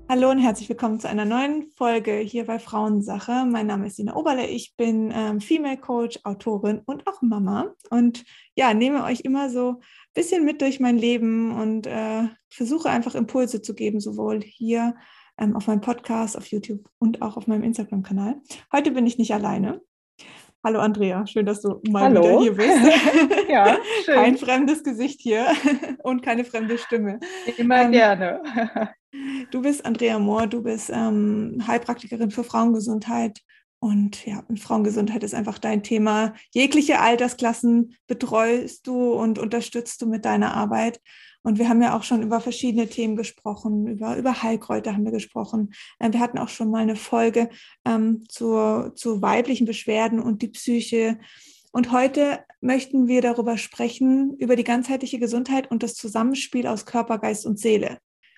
Hallo und herzlich willkommen zu einer neuen Folge hier bei Frauensache. Mein Name ist Sina Oberle, ich bin Female Coach, Autorin und auch Mama und ja, nehme euch immer so ein bisschen mit durch mein Leben und versuche einfach Impulse zu geben, sowohl hier auf meinem Podcast, auf YouTube und auch auf meinem Instagram-Kanal. Heute bin ich nicht alleine. Hallo Andrea, schön, dass du mal wieder Hallo. hier bist. Ja, Kein schön. fremdes Gesicht hier und keine fremde Stimme. Immer Ähm, gerne. Du bist Andrea Mohr, du bist Heilpraktikerin für Frauengesundheit. Und ja, Frauengesundheit ist einfach dein Thema. Jegliche Altersklassen betreust du und unterstützt du mit deiner Arbeit. Und wir haben ja auch schon über verschiedene Themen gesprochen, über Heilkräuter haben wir gesprochen. Wir hatten auch schon mal eine Folge zu weiblichen Beschwerden und die Psyche. Und heute möchten wir darüber sprechen, über die ganzheitliche Gesundheit und das Zusammenspiel aus Körper, Geist und Seele.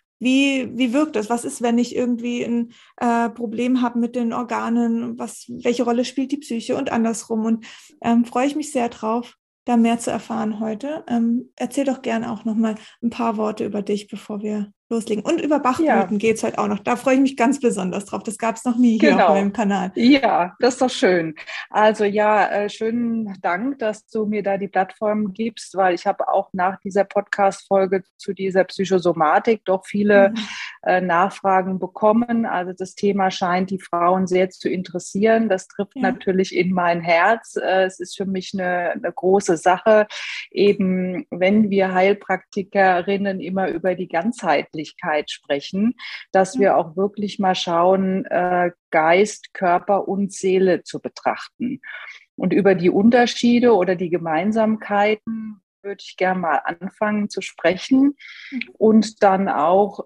Wie wirkt das? Was ist, wenn ich irgendwie ein Problem habe mit den Organen? Welche Rolle spielt die Psyche und andersrum? Und freue ich mich sehr drauf, da mehr zu erfahren heute. Erzähl doch gerne auch noch mal ein paar Worte über dich, bevor wir loslegen. Und über Ja, Bachblüten geht es heute auch noch. Da freue ich mich ganz besonders drauf. Das gab es noch nie hier auf genau. meinem Kanal. Ja, das ist doch schön. Also ja, schönen Dank, dass du mir da die Plattform gibst, weil ich habe auch nach dieser Podcast-Folge zu dieser Psychosomatik doch viele Mhm. Nachfragen bekommen. Also das Thema scheint die Frauen sehr zu interessieren. Das trifft Ja. natürlich in mein Herz. Es ist für mich eine große Sache, eben wenn wir Heilpraktikerinnen immer über die Ganzheitlichkeit sprechen, dass Ja. wir auch wirklich mal schauen, Geist, Körper und Seele zu betrachten. Und über die Unterschiede oder die Gemeinsamkeiten würde ich gerne mal anfangen zu sprechen Mhm. und dann auch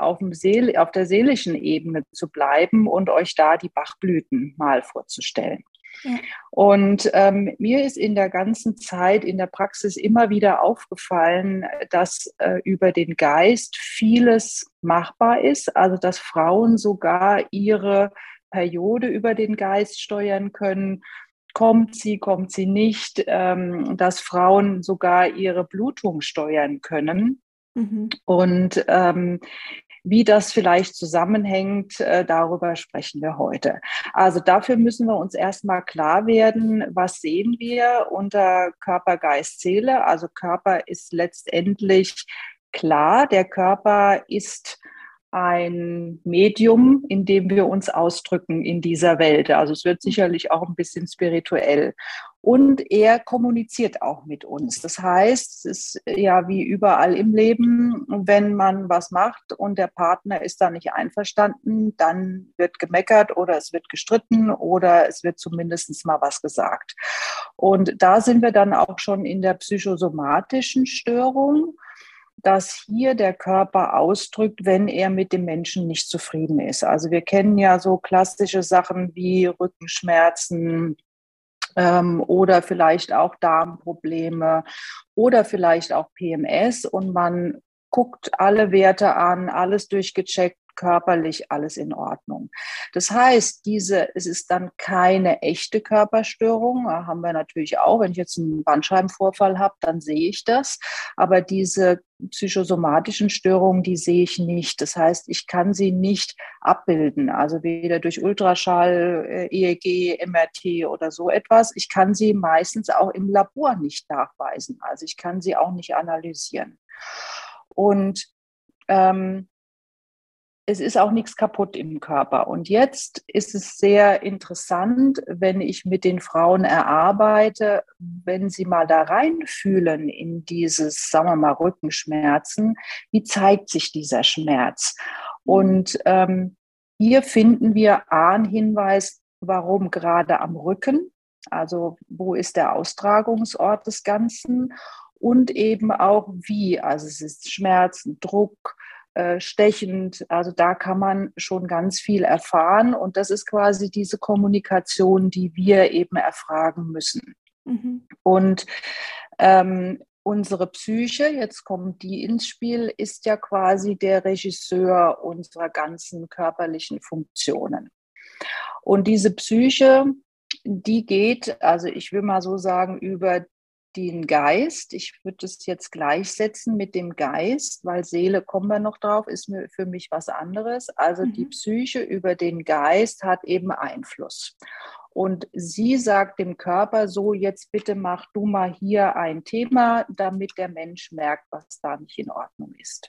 auf der seelischen Ebene zu bleiben und euch da die Bachblüten mal vorzustellen. Ja. Und mir ist in der ganzen Zeit in der Praxis immer wieder aufgefallen, dass über den Geist vieles machbar ist, also dass Frauen sogar ihre Periode über den Geist steuern können. Kommt sie nicht, dass Frauen sogar ihre Blutung steuern können. Mhm. Und wie das vielleicht zusammenhängt, darüber sprechen wir heute. Also dafür müssen wir uns erstmal klar werden, was sehen wir unter Körper, Geist, Seele. Also Körper ist letztendlich klar, der Körper ist ein Medium, in dem wir uns ausdrücken in dieser Welt. Also es wird sicherlich auch ein bisschen spirituell. Und er kommuniziert auch mit uns. Das heißt, es ist ja wie überall im Leben, wenn man was macht und der Partner ist da nicht einverstanden, dann wird gemeckert oder es wird gestritten oder es wird zumindest mal was gesagt. Und da sind wir dann auch schon in der psychosomatischen Störung, dass hier der Körper ausdrückt, wenn er mit dem Menschen nicht zufrieden ist. Also wir kennen ja so klassische Sachen wie Rückenschmerzen, oder vielleicht auch Darmprobleme oder vielleicht auch PMS und man guckt alle Werte an, alles durchgecheckt, körperlich alles in Ordnung. Das heißt, es ist dann keine echte Körperstörung, haben wir natürlich auch. Wenn ich jetzt einen Bandscheibenvorfall habe, dann sehe ich das. Aber diese psychosomatischen Störungen, die sehe ich nicht. Das heißt, ich kann sie nicht abbilden, also weder durch Ultraschall, EEG, MRT oder so etwas. Ich kann sie meistens auch im Labor nicht nachweisen. Also ich kann sie auch nicht analysieren. Und ähm, es ist auch nichts kaputt im Körper. Und jetzt ist es sehr interessant, wenn ich mit den Frauen erarbeite, wenn sie mal da reinfühlen in dieses, sagen wir mal, Rückenschmerzen, wie zeigt sich dieser Schmerz? Mhm. Und hier finden wir einen Hinweis, warum gerade am Rücken, also wo ist der Austragungsort des Ganzen und eben auch wie, also es ist Schmerzen, Druck, stechend. Also da kann man schon ganz viel erfahren und das ist quasi diese Kommunikation, die wir eben erfragen müssen. Mhm. Und unsere Psyche, jetzt kommt die ins Spiel, ist ja quasi der Regisseur unserer ganzen körperlichen Funktionen. Und diese Psyche, die geht, also ich will mal so sagen, über den Geist. Ich würde es jetzt gleichsetzen mit dem Geist, weil Seele, kommen wir noch drauf, ist für mich was anderes. Also die Psyche über den Geist hat eben Einfluss. Und sie sagt dem Körper so, jetzt bitte mach du mal hier ein Thema, damit der Mensch merkt, was da nicht in Ordnung ist.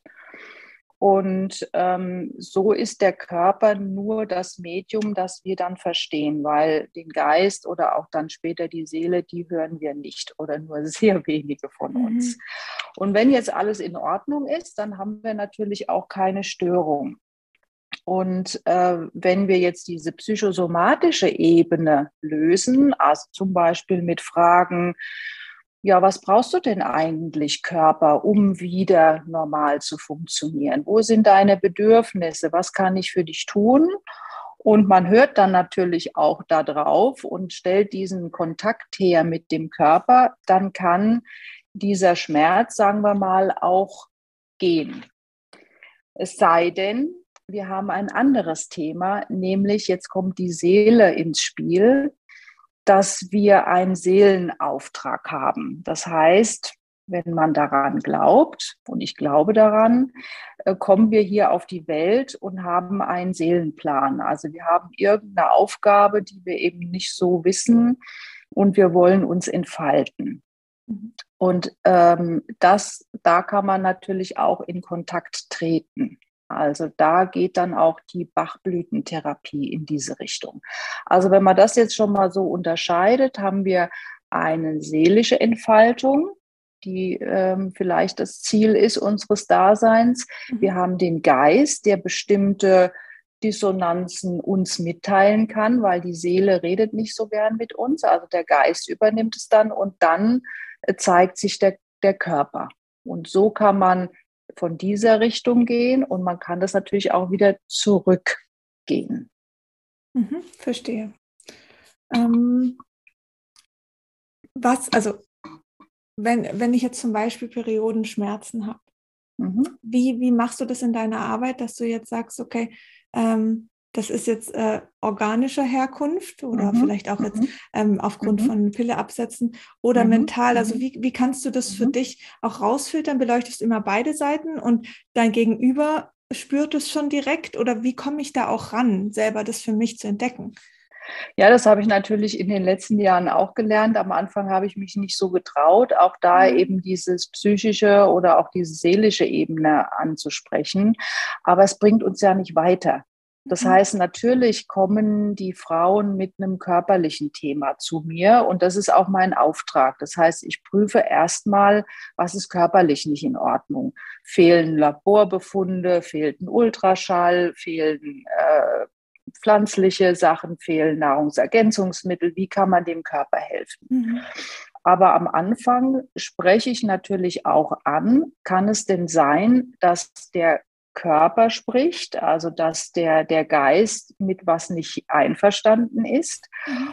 Und so ist der Körper nur das Medium, das wir dann verstehen, weil den Geist oder auch dann später die Seele, die hören wir nicht oder nur sehr wenige von uns. Und wenn jetzt alles in Ordnung ist, dann haben wir natürlich auch keine Störung. Und wenn wir jetzt diese psychosomatische Ebene lösen, also zum Beispiel mit Fragen, ja, was brauchst du denn eigentlich, Körper, um wieder normal zu funktionieren? Wo sind deine Bedürfnisse? Was kann ich für dich tun? Und man hört dann natürlich auch da drauf und stellt diesen Kontakt her mit dem Körper, dann kann dieser Schmerz, sagen wir mal, auch gehen. Es sei denn, wir haben ein anderes Thema, nämlich jetzt kommt die Seele ins Spiel, dass wir einen Seelenauftrag haben. Das heißt, wenn man daran glaubt, und ich glaube daran, kommen wir hier auf die Welt und haben einen Seelenplan. Also wir haben irgendeine Aufgabe, die wir eben nicht so wissen und wir wollen uns entfalten. Und da kann man natürlich auch in Kontakt treten. Also da geht dann auch die Bachblütentherapie in diese Richtung. Also wenn man das jetzt schon mal so unterscheidet, haben wir eine seelische Entfaltung, die vielleicht das Ziel ist unseres Daseins. Wir haben den Geist, der bestimmte Dissonanzen uns mitteilen kann, weil die Seele redet nicht so gern mit uns. Also der Geist übernimmt es dann und dann zeigt sich der Körper. Und so kann man von dieser Richtung gehen und man kann das natürlich auch wieder zurückgehen. Verstehe. Also wenn ich jetzt zum Beispiel Periodenschmerzen habe, wie machst du das in deiner Arbeit, dass du jetzt sagst, okay, das ist jetzt organischer Herkunft oder vielleicht auch jetzt aufgrund von Pille absetzen oder mental. Also wie kannst du das für dich auch rausfiltern? Beleuchtest du immer beide Seiten und dein Gegenüber spürt es schon direkt oder wie komme ich da auch ran, selber das für mich zu entdecken? Ja, das habe ich natürlich in den letzten Jahren auch gelernt. Am Anfang habe ich mich nicht so getraut, auch da eben dieses psychische oder auch diese seelische Ebene anzusprechen. Aber es bringt uns ja nicht weiter. Das heißt, natürlich kommen die Frauen mit einem körperlichen Thema zu mir und das ist auch mein Auftrag. Das heißt, ich prüfe erstmal, was ist körperlich nicht in Ordnung. Fehlen Laborbefunde, fehlt ein Ultraschall, fehlen pflanzliche Sachen, fehlen Nahrungsergänzungsmittel. Wie kann man dem Körper helfen? Aber am Anfang spreche ich natürlich auch an, kann es denn sein, dass der Körper spricht, also dass der Geist mit was nicht einverstanden ist.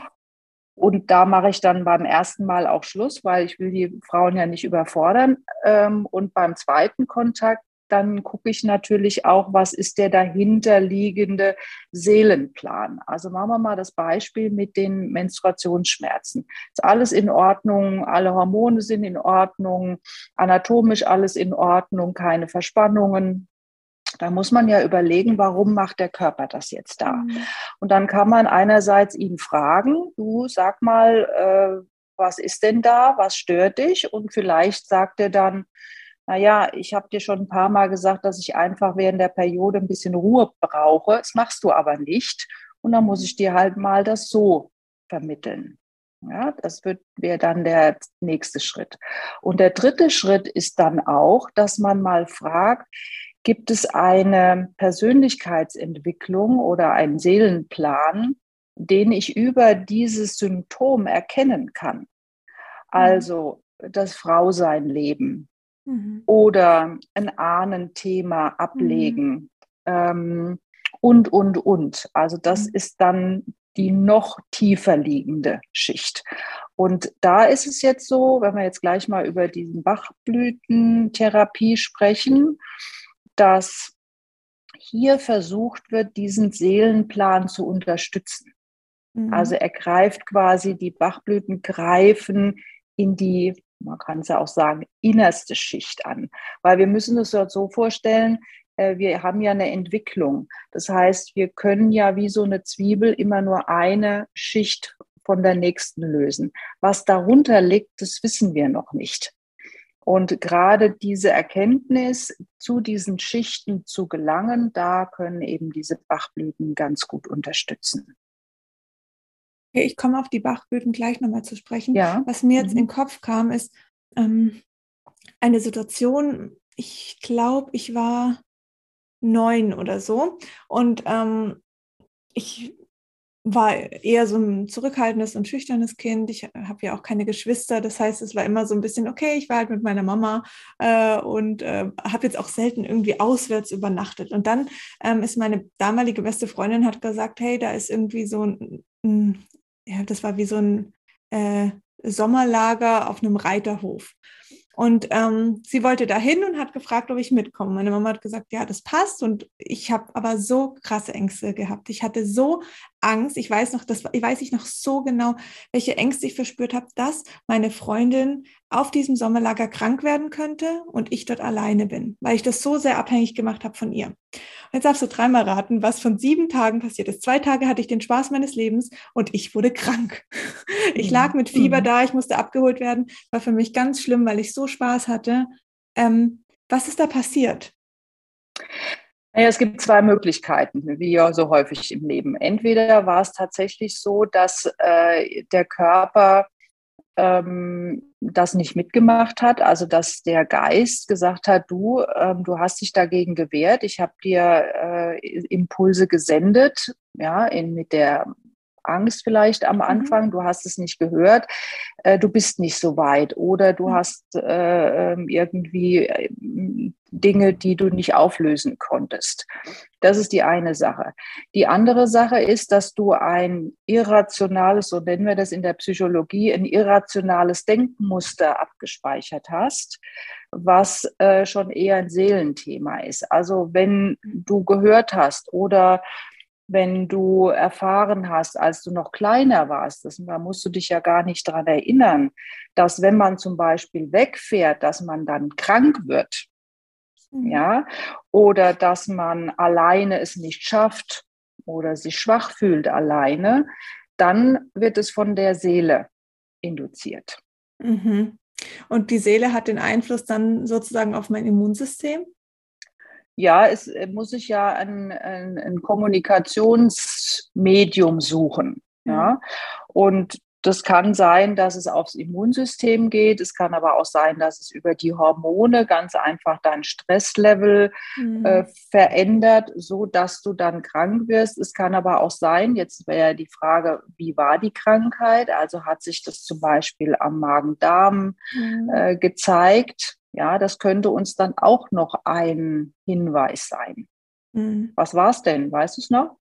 Und da mache ich dann beim ersten Mal auch Schluss, weil ich will die Frauen ja nicht überfordern. Und beim zweiten Kontakt, dann gucke ich natürlich auch, was ist der dahinterliegende Seelenplan. Also machen wir mal das Beispiel mit den Menstruationsschmerzen. Ist alles in Ordnung, alle Hormone sind in Ordnung, anatomisch alles in Ordnung, keine Verspannungen. Da muss man ja überlegen, warum macht der Körper das jetzt da? Und dann kann man einerseits ihn fragen, du sag mal, was ist denn da, was stört dich? Und vielleicht sagt er dann, naja, ich habe dir schon ein paar Mal gesagt, dass ich einfach während der Periode ein bisschen Ruhe brauche. Das machst du aber nicht. Und dann muss ich dir halt mal das so vermitteln. Ja, das wäre dann der nächste Schritt. Und der dritte Schritt ist dann auch, dass man mal fragt, gibt es eine Persönlichkeitsentwicklung oder einen Seelenplan, den ich über dieses Symptom erkennen kann? Also das Frausein leben oder ein Ahnenthema ablegen und. Also das ist dann die noch tiefer liegende Schicht. Und da ist es jetzt so, wenn wir jetzt gleich mal über diesen Bachblütentherapie sprechen, dass hier versucht wird, diesen Seelenplan zu unterstützen. Also er greift quasi, die Bachblüten greifen in die man kann es ja auch sagen, innerste Schicht an. Weil wir müssen es uns so vorstellen, wir haben ja eine Entwicklung. Das heißt, wir können ja wie so eine Zwiebel immer nur eine Schicht von der nächsten lösen. Was darunter liegt, das wissen wir noch nicht. Und gerade diese Erkenntnis, zu diesen Schichten zu gelangen, da können eben diese Bachblüten ganz gut unterstützen. Okay, ich komme auf die Bachblüten gleich nochmal zu sprechen. Ja. Was mir jetzt in den Kopf kam, ist eine Situation, ich glaube, ich war 9 oder so und ich war eher so ein zurückhaltendes und schüchternes Kind. Ich habe ja auch keine Geschwister. Das heißt, es war immer so ein bisschen, okay, ich war halt mit meiner Mama und habe jetzt auch selten irgendwie auswärts übernachtet. Und dann ist meine damalige beste Freundin hat gesagt, hey, da ist irgendwie so ja, das war wie so ein Sommerlager auf einem Reiterhof. Und sie wollte dahin und hat gefragt, ob ich mitkomme. Meine Mama hat gesagt, ja, das passt. Und ich habe aber so krasse Ängste gehabt. Ich hatte so Angst. Ich weiß ich noch so genau, welche Ängste ich verspürt habe, dass meine Freundin auf diesem Sommerlager krank werden könnte und ich dort alleine bin, weil ich das so sehr abhängig gemacht habe von ihr. Und jetzt darfst du dreimal raten, was von 7 Tagen passiert ist. 2 Tage hatte ich den Spaß meines Lebens und ich wurde krank. Ich lag mit Fieber da, ich musste abgeholt werden. War für mich ganz schlimm, weil ich so Spaß hatte. Was ist da passiert? Naja, es gibt 2 Möglichkeiten, wie ja so häufig im Leben. Entweder war es tatsächlich so, dass der Körper das nicht mitgemacht hat, also dass der Geist gesagt hat, du hast dich dagegen gewehrt, ich habe dir Impulse gesendet, ja, mit der Angst vielleicht am Anfang, du hast es nicht gehört, du bist nicht so weit oder du hast irgendwie Dinge, die du nicht auflösen konntest. Das ist die eine Sache. Die andere Sache ist, dass du ein irrationales, so nennen wir das in der Psychologie, ein irrationales Denkmuster abgespeichert hast, was schon eher ein Seelenthema ist. Also wenn du gehört hast oder wenn du erfahren hast, als du noch kleiner warst, da musst du dich ja gar nicht daran erinnern, dass wenn man zum Beispiel wegfährt, dass man dann krank wird, ja, oder dass man alleine es nicht schafft oder sich schwach fühlt alleine, dann wird es von der Seele induziert. Mhm. Und die Seele hat den Einfluss dann sozusagen auf mein Immunsystem? Ja, es muss sich ja ein Kommunikationsmedium suchen. Ja? Und das kann sein, dass es aufs Immunsystem geht. Es kann aber auch sein, dass es über die Hormone ganz einfach dein Stresslevel verändert, so dass du dann krank wirst. Es kann aber auch sein, jetzt wäre ja die Frage, wie war die Krankheit? Also hat sich das zum Beispiel am Magen-Darm gezeigt? Ja, das könnte uns dann auch noch ein Hinweis sein. Was war es denn? Weißt du es noch?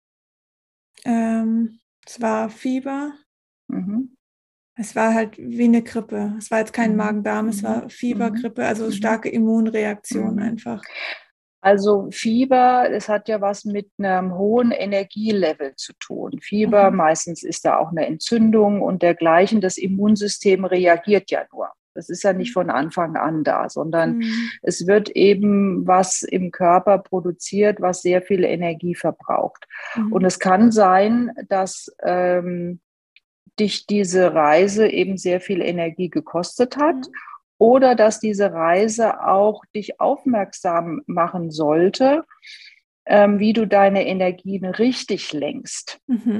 Es war Fieber. Es war halt wie eine Grippe. Es war jetzt kein Magen-Darm, es war Fieber, Grippe, also starke Immunreaktion einfach. Also Fieber, es hat ja was mit einem hohen Energielevel zu tun. Fieber, meistens ist da auch eine Entzündung und dergleichen. Das Immunsystem reagiert ja nur. Das ist ja nicht von Anfang an da, sondern es wird eben was im Körper produziert, was sehr viel Energie verbraucht. Und es kann sein, dass dich diese Reise eben sehr viel Energie gekostet hat oder dass diese Reise auch dich aufmerksam machen sollte, wie du deine Energien richtig lenkst.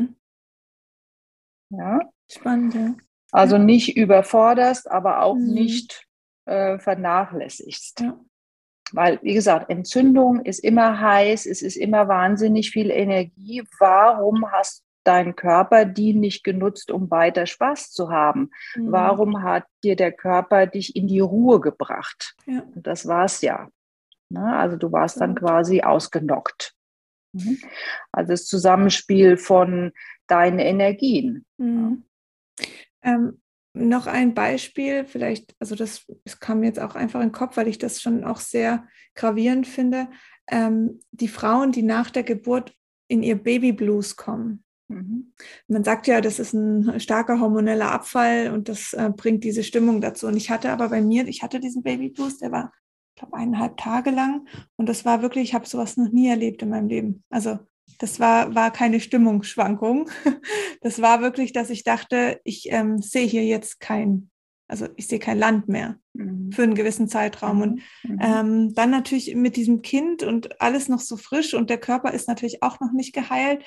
Ja? Spannend, ja. Also nicht überforderst, aber auch nicht vernachlässigst. Ja. Weil, wie gesagt, Entzündung ist immer heiß, es ist immer wahnsinnig viel Energie. Warum hast dein Körper die nicht genutzt, um weiter Spaß zu haben? Warum hat dir der Körper dich in die Ruhe gebracht? Ja. Und das war's ja. Also du warst dann quasi ausgenockt. Also das Zusammenspiel von deinen Energien. Noch ein Beispiel, vielleicht, also das kam mir jetzt auch einfach in den Kopf, weil ich das schon auch sehr gravierend finde. Die Frauen, die nach der Geburt in ihr Babyblues kommen. Mhm. Man sagt ja, das ist ein starker hormoneller Abfall und das bringt diese Stimmung dazu. Und ich hatte diesen Baby Blues, der war, ich glaube, 1,5 Tage lang. Und das war wirklich, ich habe sowas noch nie erlebt in meinem Leben. Also das war keine Stimmungsschwankung. Das war wirklich, dass ich dachte, ich sehe hier jetzt ich sehe kein Land mehr Mhm. für einen gewissen Zeitraum. Und Mhm. Mhm. dann natürlich mit diesem Kind und alles noch so frisch und der Körper ist natürlich auch noch nicht geheilt.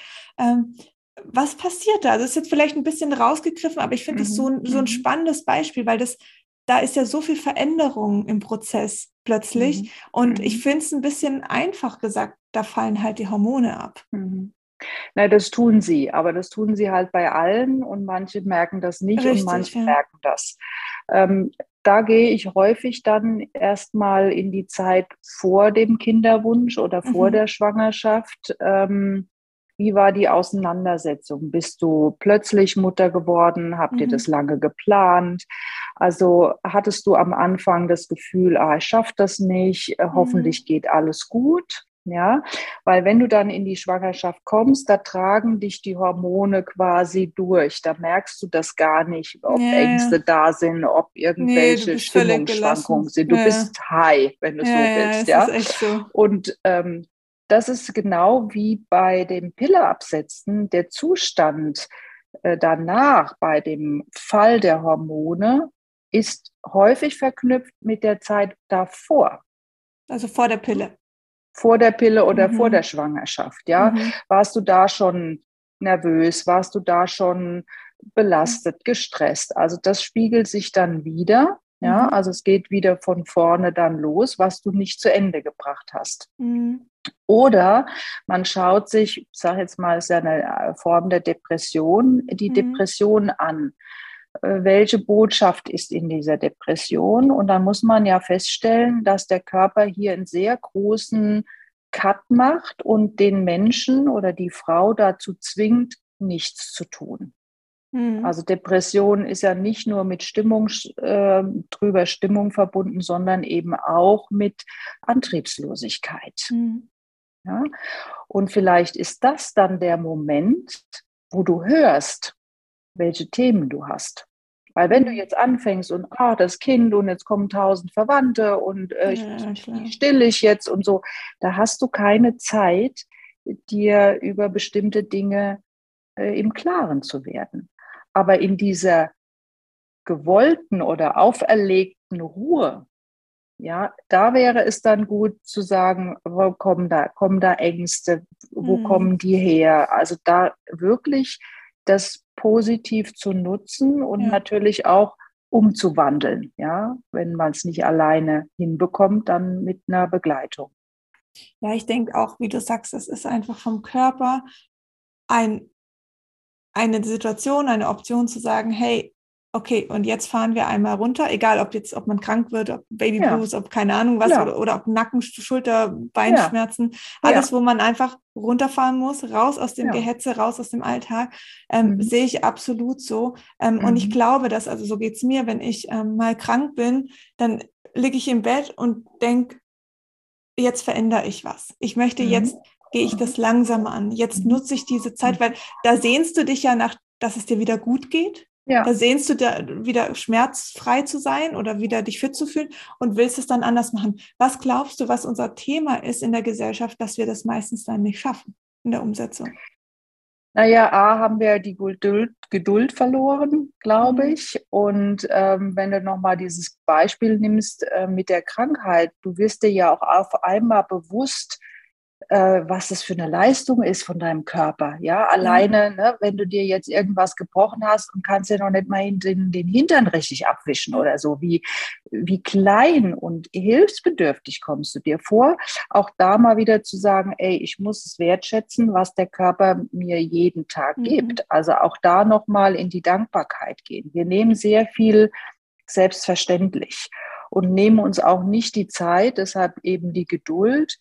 Was passiert da? Das ist jetzt vielleicht ein bisschen rausgegriffen, aber ich finde es Mhm. so ein Mhm. spannendes Beispiel, weil da ist ja so viel Veränderung im Prozess plötzlich. Mhm. Und ich Mhm. finde es ein bisschen einfach gesagt, da fallen halt die Hormone ab. Mhm. Na, das tun sie, aber das tun sie halt bei allen und manche merken das nicht und Richtig, manche ja. merken das. Da gehe ich häufig dann erstmal in die Zeit vor dem Kinderwunsch oder vor Mhm. der Schwangerschaft. Wie war die Auseinandersetzung? Bist du plötzlich Mutter geworden? Habt ihr das Mhm. lange geplant? Also hattest du am Anfang das Gefühl, ich schaffe das nicht, Mhm. hoffentlich geht alles gut? Ja, weil wenn du dann in die Schwangerschaft kommst, da tragen dich die Hormone quasi durch. Da merkst du das gar nicht, Ja, ob ja. Ängste da sind, ob Nee, du irgendwelche bist völlig Stimmungsschwankungen gelassen. sind. Du Ja, bist high, wenn du ja, so ja, willst, es ist ja. echt so. Und das ist genau wie bei dem Pilleabsetzen. Der Zustand danach, bei dem Fall der Hormone, ist häufig verknüpft mit der Zeit davor. Also vor der Pille. Vor der Pille oder vor der Mhm. Schwangerschaft, ja? Mhm. Warst du da schon nervös? Warst du da schon Okay. belastet, gestresst? Also das spiegelt sich dann wieder, ja? Mhm. Also es geht wieder von vorne dann los, was du nicht zu Ende gebracht hast. Mhm. Oder man schaut sich, ich sage jetzt mal, es ist ja eine Form der Depression, die Mhm. Depression an. Welche Botschaft ist in dieser Depression? Und dann muss man ja feststellen, dass der Körper hier einen sehr großen Cut macht und den Menschen oder die Frau dazu zwingt, nichts zu tun. Mhm. Also Depression ist ja nicht nur mit trüber Stimmung verbunden, sondern eben auch mit Antriebslosigkeit. Mhm. Ja? Und vielleicht ist das dann der Moment, wo du hörst, welche Themen du hast. Weil wenn du Mhm. jetzt anfängst und das Kind und jetzt kommen 1000 Verwandte und ich muss Ja, mich, wie klar. still ich jetzt und so, da hast du keine Zeit, dir über bestimmte Dinge im Klaren zu werden. Aber in dieser gewollten oder auferlegten Ruhe, ja, da wäre es dann gut zu sagen, wo kommen da Ängste, wo Mhm. kommen die her? Also da wirklich das positiv zu nutzen und Ja. natürlich auch umzuwandeln, ja, wenn man es nicht alleine hinbekommt, dann mit einer Begleitung. Ja, ich denke auch, wie du sagst, es ist einfach vom Körper ein eine Situation, eine Option zu sagen, hey, okay, und jetzt fahren wir einmal runter, egal ob man krank wird, ob Baby Ja, Blues, ob keine Ahnung was, klar, oder ob Nacken, Schulter, ja, Beinschmerzen, alles, ja, wo man einfach runterfahren muss, raus aus dem ja. Gehetze, raus aus dem Alltag, Mhm. sehe ich absolut so. Und ich Mhm. glaube, dass, also so geht es mir, wenn ich mal krank bin, dann liege ich im Bett und denke, jetzt verändere ich was. Ich möchte Mhm. jetzt, gehe ich das langsam an. Jetzt Mhm. nutze ich diese Zeit, weil Mhm. da sehnst du dich ja nach, dass es dir wieder gut geht. Da Ja. sehnst du da wieder schmerzfrei zu sein oder wieder dich fit zu fühlen und willst es dann anders machen. Was glaubst du, was unser Thema ist in der Gesellschaft, dass wir das meistens dann nicht schaffen in der Umsetzung? Naja, haben wir die Geduld verloren, glaube Mhm. ich. Und wenn du nochmal dieses Beispiel nimmst mit der Krankheit, du wirst dir ja auch auf einmal bewusst, was das für eine Leistung ist von deinem Körper. Ja, Ja. alleine, ne, wenn du dir jetzt irgendwas gebrochen hast und kannst dir noch nicht mal den Hintern richtig abwischen Ja. oder so, wie klein und hilfsbedürftig kommst du dir vor. Auch da mal wieder zu sagen, ey, ich muss es wertschätzen, was der Körper mir jeden Tag Mhm. gibt. Also auch da nochmal in die Dankbarkeit gehen. Wir nehmen sehr viel selbstverständlich und nehmen uns auch nicht die Zeit, deshalb eben die Geduld,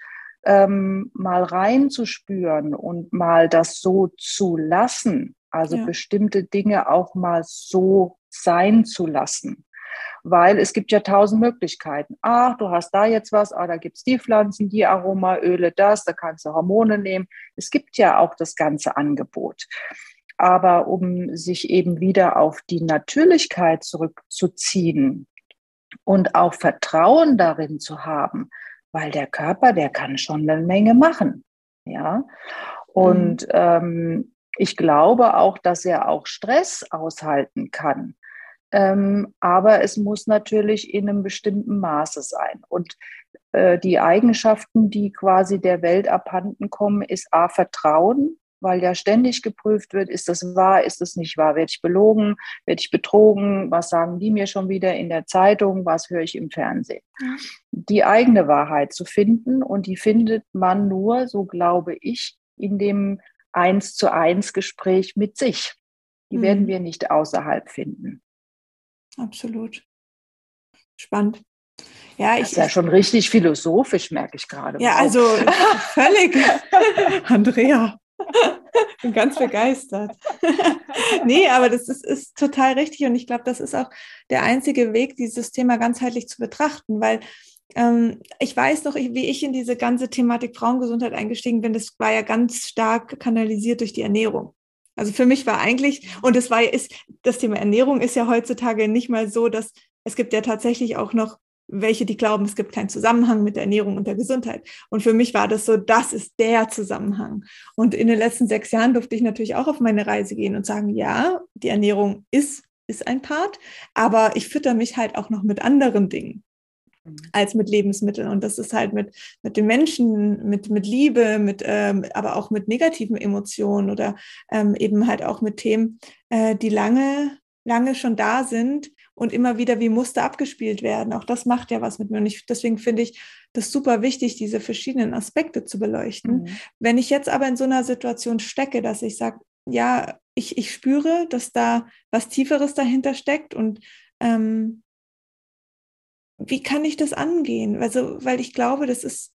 mal reinzuspüren und mal das so zu lassen, also Ja. bestimmte Dinge auch mal so sein zu lassen. weil es gibt ja 1000 Möglichkeiten. Ach, du hast da jetzt was, da gibt es die Pflanzen, die Aromaöle, da kannst du Hormone nehmen. Es gibt ja auch das ganze Angebot. Aber um sich eben wieder auf die Natürlichkeit zurückzuziehen und auch Vertrauen darin zu haben, weil der Körper, der kann schon eine Menge machen. Ja, und ich glaube auch, dass er auch Stress aushalten kann. Aber es muss natürlich in einem bestimmten Maße sein. Und die Eigenschaften, die quasi der Welt abhanden kommen, ist A, Vertrauen, weil ja ständig geprüft wird, ist das wahr, ist das nicht wahr, werde ich belogen, werde ich betrogen, was sagen die mir schon wieder in der Zeitung, was höre ich im Fernsehen. Ja. Die eigene Wahrheit zu finden, und die findet man nur, so glaube ich, in dem 1:1 Gespräch mit sich. Die werden wir nicht außerhalb finden. Absolut. Spannend. Ja, das ist ja schon richtig philosophisch, merke ich gerade. Ja, also völlig. Andrea, ich bin ganz begeistert. Nee, aber das ist total richtig, und ich glaube, das ist auch der einzige Weg, dieses Thema ganzheitlich zu betrachten, weil ich weiß noch, wie ich in diese ganze Thematik Frauengesundheit eingestiegen bin. Das war ja ganz stark kanalisiert durch die Ernährung. Also für mich war eigentlich, und das Thema Ernährung ist ja heutzutage nicht mal so, dass es gibt ja tatsächlich auch noch welche, die glauben, es gibt keinen Zusammenhang mit der Ernährung und der Gesundheit. Und für mich war das so, das ist der Zusammenhang. Und in den letzten 6 Jahren durfte ich natürlich auch auf meine Reise gehen und sagen, ja, die Ernährung ist ein Part, aber ich fütter mich halt auch noch mit anderen Dingen als mit Lebensmitteln. Und das ist halt mit den Menschen, mit Liebe, aber auch mit negativen Emotionen oder eben halt auch mit Themen, die lange schon da sind und immer wieder wie Muster abgespielt werden. Auch das macht ja was mit mir. Und deswegen finde ich das super wichtig, diese verschiedenen Aspekte zu beleuchten. Wenn ich jetzt aber in so einer Situation stecke, dass ich sage, ja, ich spüre, dass da was Tieferes dahinter steckt, und wie kann ich das angehen? Also, weil ich glaube, dass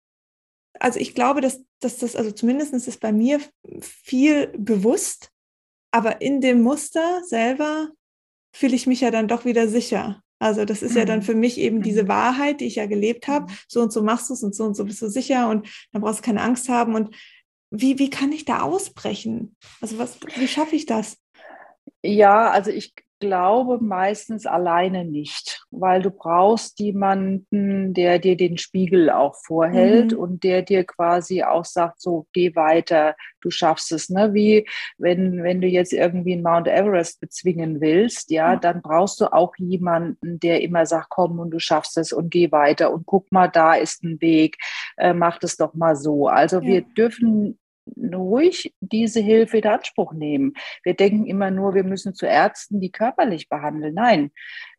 also zumindest ist bei mir viel bewusst, aber in dem Muster selber fühle ich mich ja dann doch wieder sicher. Also das ist ja dann für mich eben diese Wahrheit, die ich ja gelebt habe. So und so machst du es und so bist du sicher, und dann brauchst du keine Angst haben. Und wie kann ich da ausbrechen? Also wie schaffe ich das? Ja, also ich glaube meistens alleine nicht, weil du brauchst jemanden, der dir den Spiegel auch vorhält und der dir quasi auch sagt, so, geh weiter, du schaffst es. Ne? Wie wenn du jetzt irgendwie einen Mount Everest bezwingen willst, ja, dann brauchst du auch jemanden, der immer sagt, komm, und du schaffst es und geh weiter und guck mal, da ist ein Weg, mach das doch mal so. Also wir dürfen ruhig diese Hilfe in Anspruch nehmen. Wir denken immer nur, wir müssen zu Ärzten, die körperlich behandeln. Nein.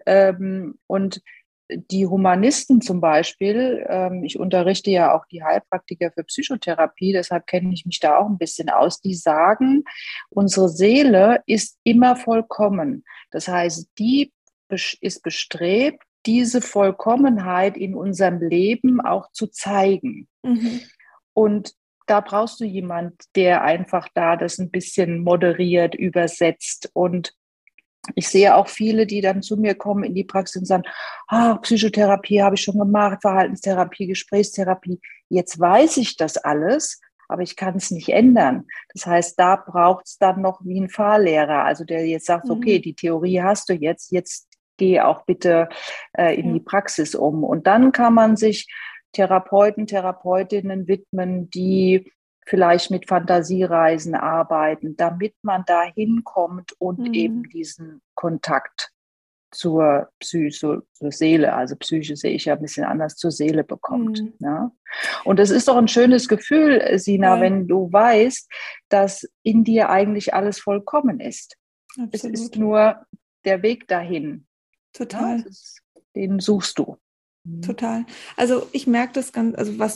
Und die Humanisten zum Beispiel, ich unterrichte ja auch die Heilpraktiker für Psychotherapie, deshalb kenne ich mich da auch ein bisschen aus, die sagen, unsere Seele ist immer vollkommen. Das heißt, die ist bestrebt, diese Vollkommenheit in unserem Leben auch zu zeigen. Und da brauchst du jemand, der einfach da das ein bisschen moderiert, übersetzt. Und ich sehe auch viele, die dann zu mir kommen in die Praxis und sagen, Psychotherapie habe ich schon gemacht, Verhaltenstherapie, Gesprächstherapie. Jetzt weiß ich das alles, aber ich kann es nicht ändern. Das heißt, da braucht es dann noch wie ein Fahrlehrer, also der jetzt sagt, okay, die Theorie hast du jetzt geh auch bitte in die Praxis um. Und dann kann man sich Therapeuten, Therapeutinnen widmen, die vielleicht mit Fantasiereisen arbeiten, damit man da hinkommt und eben diesen Kontakt zur Seele, also Psyche sehe ich ja ein bisschen anders, zur Seele bekommt. Ja? Und es ist doch ein schönes Gefühl, Sina, wenn du weißt, dass in dir eigentlich alles vollkommen ist. Absolut. Es ist nur der Weg dahin. Total. Ja, den suchst du. Total. Also ich merke das ganz,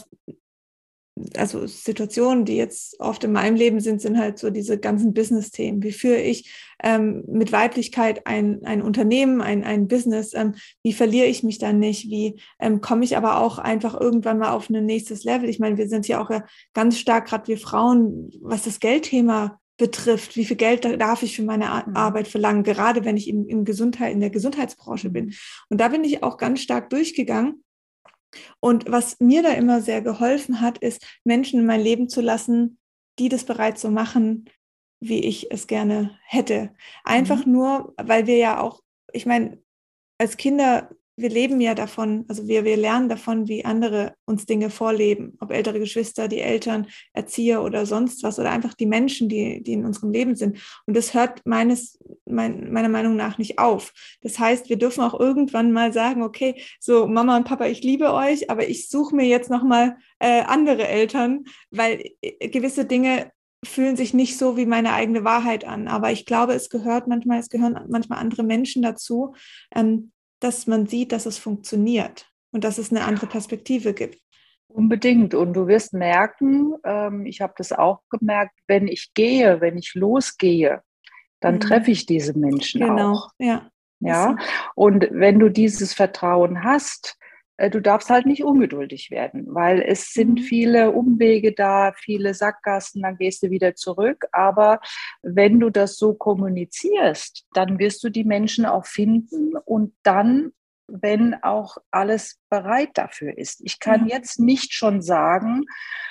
also Situationen, die jetzt oft in meinem Leben sind halt so diese ganzen Business-Themen. Wie führe ich mit Weiblichkeit ein Unternehmen, ein Business? Wie verliere ich mich dann nicht? Wie komme ich aber auch einfach irgendwann mal auf ein nächstes Level? Ich meine, wir sind ja auch ganz stark, gerade wir Frauen, was das Geldthema betrifft, wie viel Geld darf ich für meine Arbeit verlangen, gerade wenn ich in der Gesundheitsbranche bin. Und da bin ich auch ganz stark durchgegangen. Und was mir da immer sehr geholfen hat, ist, Menschen in mein Leben zu lassen, die das bereits so machen, wie ich es gerne hätte. Einfach nur, weil wir ja auch, ich meine, als Kinder, wir leben ja davon, also wir lernen davon, wie andere uns Dinge vorleben, ob ältere Geschwister, die Eltern, Erzieher oder sonst was oder einfach die Menschen, die in unserem Leben sind. Und das hört meiner Meinung nach nicht auf. Das heißt, wir dürfen auch irgendwann mal sagen, okay, so Mama und Papa, ich liebe euch, aber ich suche mir jetzt nochmal andere Eltern, weil gewisse Dinge fühlen sich nicht so wie meine eigene Wahrheit an. Aber ich glaube, es gehören manchmal andere Menschen dazu, dass man sieht, dass es funktioniert und dass es eine andere Perspektive gibt. Unbedingt. Und du wirst merken, ich habe das auch gemerkt, wenn ich losgehe, dann treffe ich diese Menschen auch. Ja. Ja. Und wenn du dieses Vertrauen hast, du darfst halt nicht ungeduldig werden, weil es sind viele Umwege da, viele Sackgassen, dann gehst du wieder zurück. Aber wenn du das so kommunizierst, dann wirst du die Menschen auch finden und dann, wenn auch alles bereit dafür ist. Ich kann jetzt nicht schon sagen,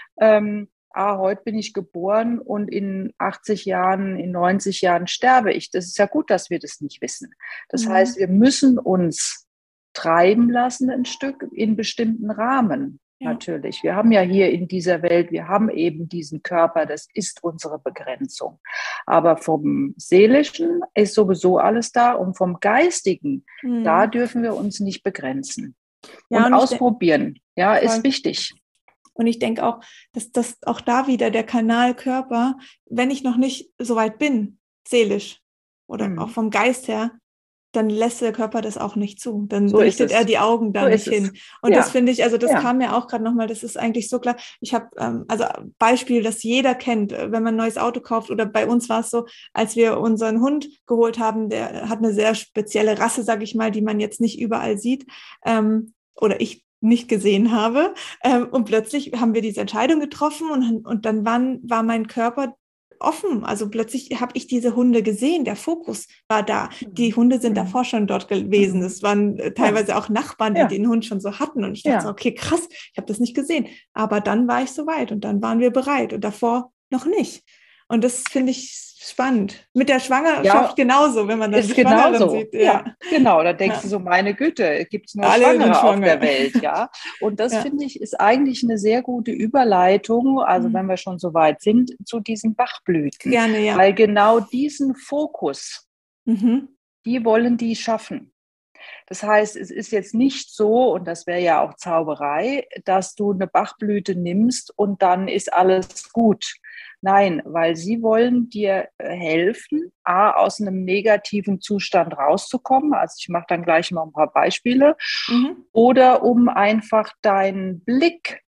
heute bin ich geboren und in 80 Jahren, in 90 Jahren sterbe ich. Das ist ja gut, dass wir das nicht wissen. Das heißt, wir müssen uns treiben lassen ein Stück in bestimmten Rahmen. Natürlich. Wir haben ja hier in dieser Welt, wir haben eben diesen Körper, das ist unsere Begrenzung. Aber vom Seelischen ist sowieso alles da und vom Geistigen, da dürfen wir uns nicht begrenzen. Und ausprobieren, ist wichtig. Und ich denke auch, dass das auch da wieder der Kanal Körper, wenn ich noch nicht so weit bin, seelisch oder auch vom Geist her, dann lässt der Körper das auch nicht zu. Dann richtet er die Augen da nicht hin. Und das finde ich, also das kam mir auch gerade nochmal, das ist eigentlich so klar. Ich habe, also Beispiel, das jeder kennt, wenn man ein neues Auto kauft oder bei uns war es so, als wir unseren Hund geholt haben, der hat eine sehr spezielle Rasse, sage ich mal, die man jetzt nicht überall sieht oder ich nicht gesehen habe. Und plötzlich haben wir diese Entscheidung getroffen und dann war mein Körper offen. Also plötzlich habe ich diese Hunde gesehen, der Fokus war da. Die Hunde sind davor schon dort gewesen. Es waren teilweise auch Nachbarn, die den Hund schon so hatten. Und ich dachte so, okay, krass, ich habe das nicht gesehen. Aber dann war ich soweit und dann waren wir bereit und davor noch nicht. Und das finde ich spannend. Mit der Schwangerschaft genauso, wenn man dann die Schwangeren sieht. Ja, genau. Da denkst du so, meine Güte, gibt es nur Schwangere auf der Welt. Ja? Und das, finde ich, ist eigentlich eine sehr gute Überleitung, also wenn wir schon so weit sind, zu diesen Bachblüten. Gerne, Weil genau diesen Fokus, die wollen die schaffen. Das heißt, es ist jetzt nicht so, und das wäre ja auch Zauberei, dass du eine Bachblüte nimmst und dann ist alles gut. Nein, weil sie wollen dir helfen, aus einem negativen Zustand rauszukommen. Also ich mache dann gleich mal ein paar Beispiele. Oder um einfach deinen Blick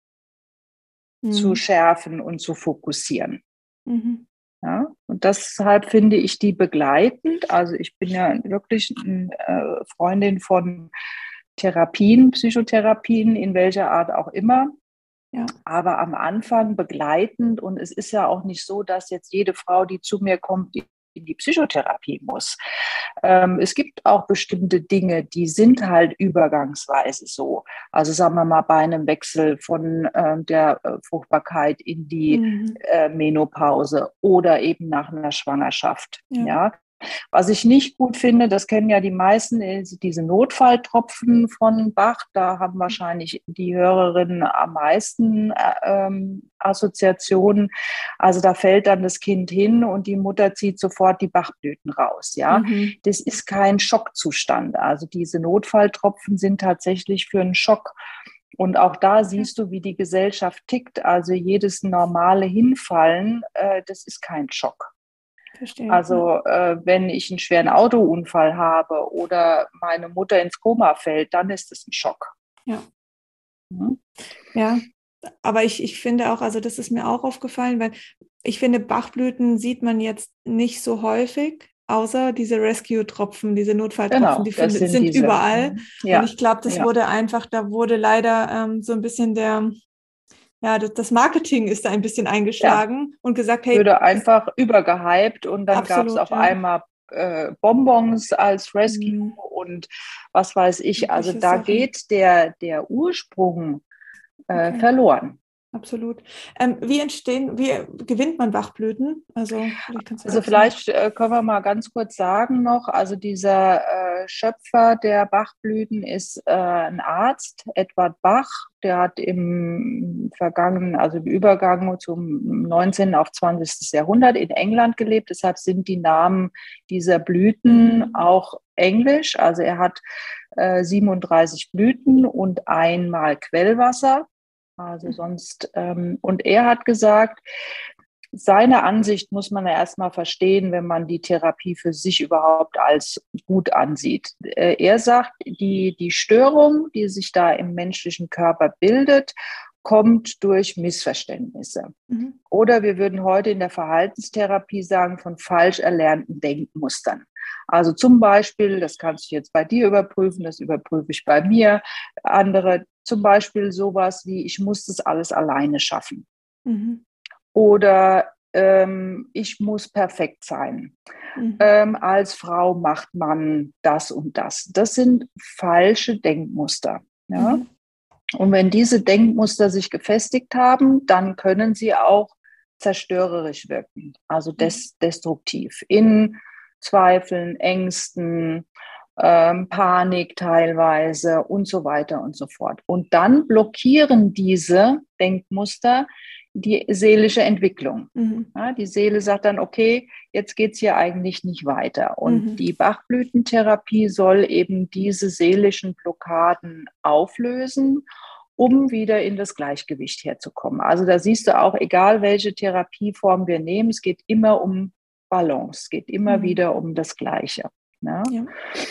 zu schärfen und zu fokussieren. Ja, und deshalb finde ich die begleitend. Also ich bin ja wirklich eine Freundin von Therapien, Psychotherapien, in welcher Art auch immer. Ja. Aber am Anfang begleitend, und es ist ja auch nicht so, dass jetzt jede Frau, die zu mir kommt, in die Psychotherapie muss. Es gibt auch bestimmte Dinge, die sind halt übergangsweise so. Also sagen wir mal bei einem Wechsel von der Fruchtbarkeit in die Menopause oder eben nach einer Schwangerschaft. Ja. Was ich nicht gut finde, das kennen ja die meisten, diese Notfalltropfen von Bach. Da haben wahrscheinlich die Hörerinnen am meisten Assoziationen. Also da fällt dann das Kind hin und die Mutter zieht sofort die Bachblüten raus. Ja, das ist kein Schockzustand. Also diese Notfalltropfen sind tatsächlich für einen Schock. Und auch da siehst du, wie die Gesellschaft tickt. Also jedes normale Hinfallen, das ist kein Schock. Verstehe. Also wenn ich einen schweren Autounfall habe oder meine Mutter ins Koma fällt, dann ist es ein Schock. Ja, aber ich finde auch, also das ist mir auch aufgefallen, weil ich finde, Bachblüten sieht man jetzt nicht so häufig, außer diese Rescue-Tropfen, diese Notfalltropfen, die sind überall. Und ich glaube, das wurde einfach, da wurde leider so ein bisschen das Marketing ist da ein bisschen eingeschlagen und gesagt, hey, würde einfach übergehypt und dann gab es auf einmal Bonbons als Rescue und was weiß ich. Also da geht der Ursprung verloren. Absolut. Wie gewinnt man Bachblüten? Also vielleicht können wir mal ganz kurz sagen noch, also dieser Schöpfer der Bachblüten ist ein Arzt, Edward Bach, der hat im Übergang zum 19. auf 20. Jahrhundert in England gelebt, deshalb sind die Namen dieser Blüten auch englisch. Also er hat 37 Blüten und einmal Quellwasser. Also sonst, und er hat gesagt, seine Ansicht muss man ja erstmal verstehen, wenn man die Therapie für sich überhaupt als gut ansieht. Er sagt, die Störung, die sich da im menschlichen Körper bildet, kommt durch Missverständnisse. Mhm. Oder wir würden heute in der Verhaltenstherapie sagen, von falsch erlernten Denkmustern. Also zum Beispiel, das kannst du jetzt bei dir überprüfen, das überprüfe ich bei mir, andere, zum Beispiel sowas wie, ich muss das alles alleine schaffen. Mhm. Oder ich muss perfekt sein. Mhm. Als Frau macht man das und das. Das sind falsche Denkmuster. Ja? Mhm. Und wenn diese Denkmuster sich gefestigt haben, dann können sie auch zerstörerisch wirken, also destruktiv, in Zweifeln, Ängsten, Panik teilweise und so weiter und so fort. Und dann blockieren diese Denkmuster die seelische Entwicklung. Mhm. Ja, die Seele sagt dann, okay, jetzt geht es hier eigentlich nicht weiter. Und die Bachblütentherapie soll eben diese seelischen Blockaden auflösen, um wieder in das Gleichgewicht herzukommen. Also da siehst du auch, egal welche Therapieform wir nehmen, es geht immer um Balance, es geht immer wieder um das Gleiche. Ne? Ja.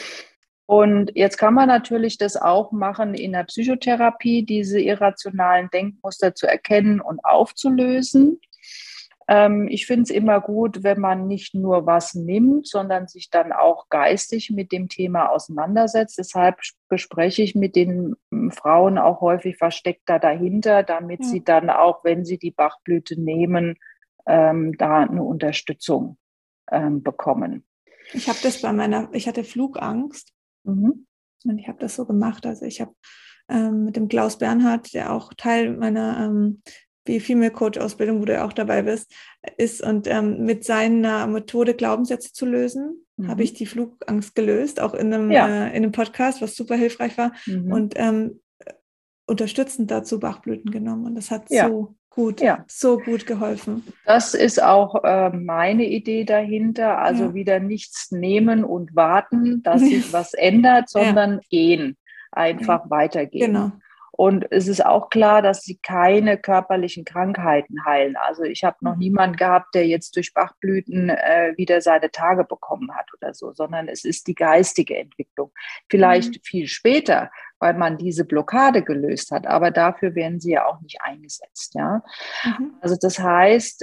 Und jetzt kann man natürlich das auch machen in der Psychotherapie, diese irrationalen Denkmuster zu erkennen und aufzulösen. Ich finde es immer gut, wenn man nicht nur was nimmt, sondern sich dann auch geistig mit dem Thema auseinandersetzt. Deshalb bespreche ich mit den Frauen auch häufig, was steckt da dahinter, damit sie dann auch, wenn sie die Bachblüte nehmen, da eine Unterstützung bekommen. Ich hatte Flugangst. Mhm. Und ich habe das so gemacht. Also ich habe mit dem Klaus Bernhard, der auch Teil meiner Female Coach Ausbildung, wo du ja auch dabei bist, ist und mit seiner Methode Glaubenssätze zu lösen, habe ich die Flugangst gelöst, auch in einem Podcast, was super hilfreich war und unterstützend dazu Bachblüten genommen und das hat so gut geholfen. Das ist auch meine Idee dahinter, also wieder nichts nehmen und warten, dass sich was ändert, sondern gehen, einfach weitergehen. Genau. Und es ist auch klar, dass sie keine körperlichen Krankheiten heilen. Also ich habe noch niemanden gehabt, der jetzt durch Bachblüten wieder seine Tage bekommen hat oder so, sondern es ist die geistige Entwicklung. Vielleicht viel später, weil man diese Blockade gelöst hat, aber dafür werden sie ja auch nicht eingesetzt. Ja? Also das heißt,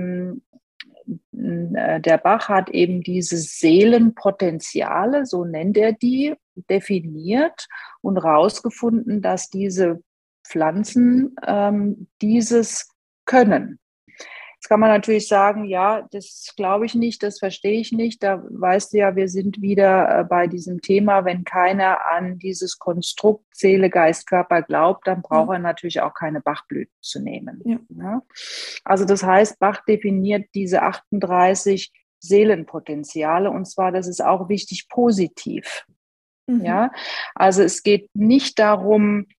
der Bach hat eben diese Seelenpotenziale, so nennt er die, definiert und herausgefunden, dass diese Pflanzen dieses können. Jetzt kann man natürlich sagen, ja, das glaube ich nicht, das verstehe ich nicht. Da weißt du ja, wir sind wieder bei diesem Thema, wenn keiner an dieses Konstrukt Seele, Geist, Körper glaubt, dann braucht er natürlich auch keine Bachblüten zu nehmen. Ja. Ja? Also das heißt, Bach definiert diese 38 Seelenpotenziale und zwar, das ist auch wichtig, positiv. Ja, also es geht nicht darum,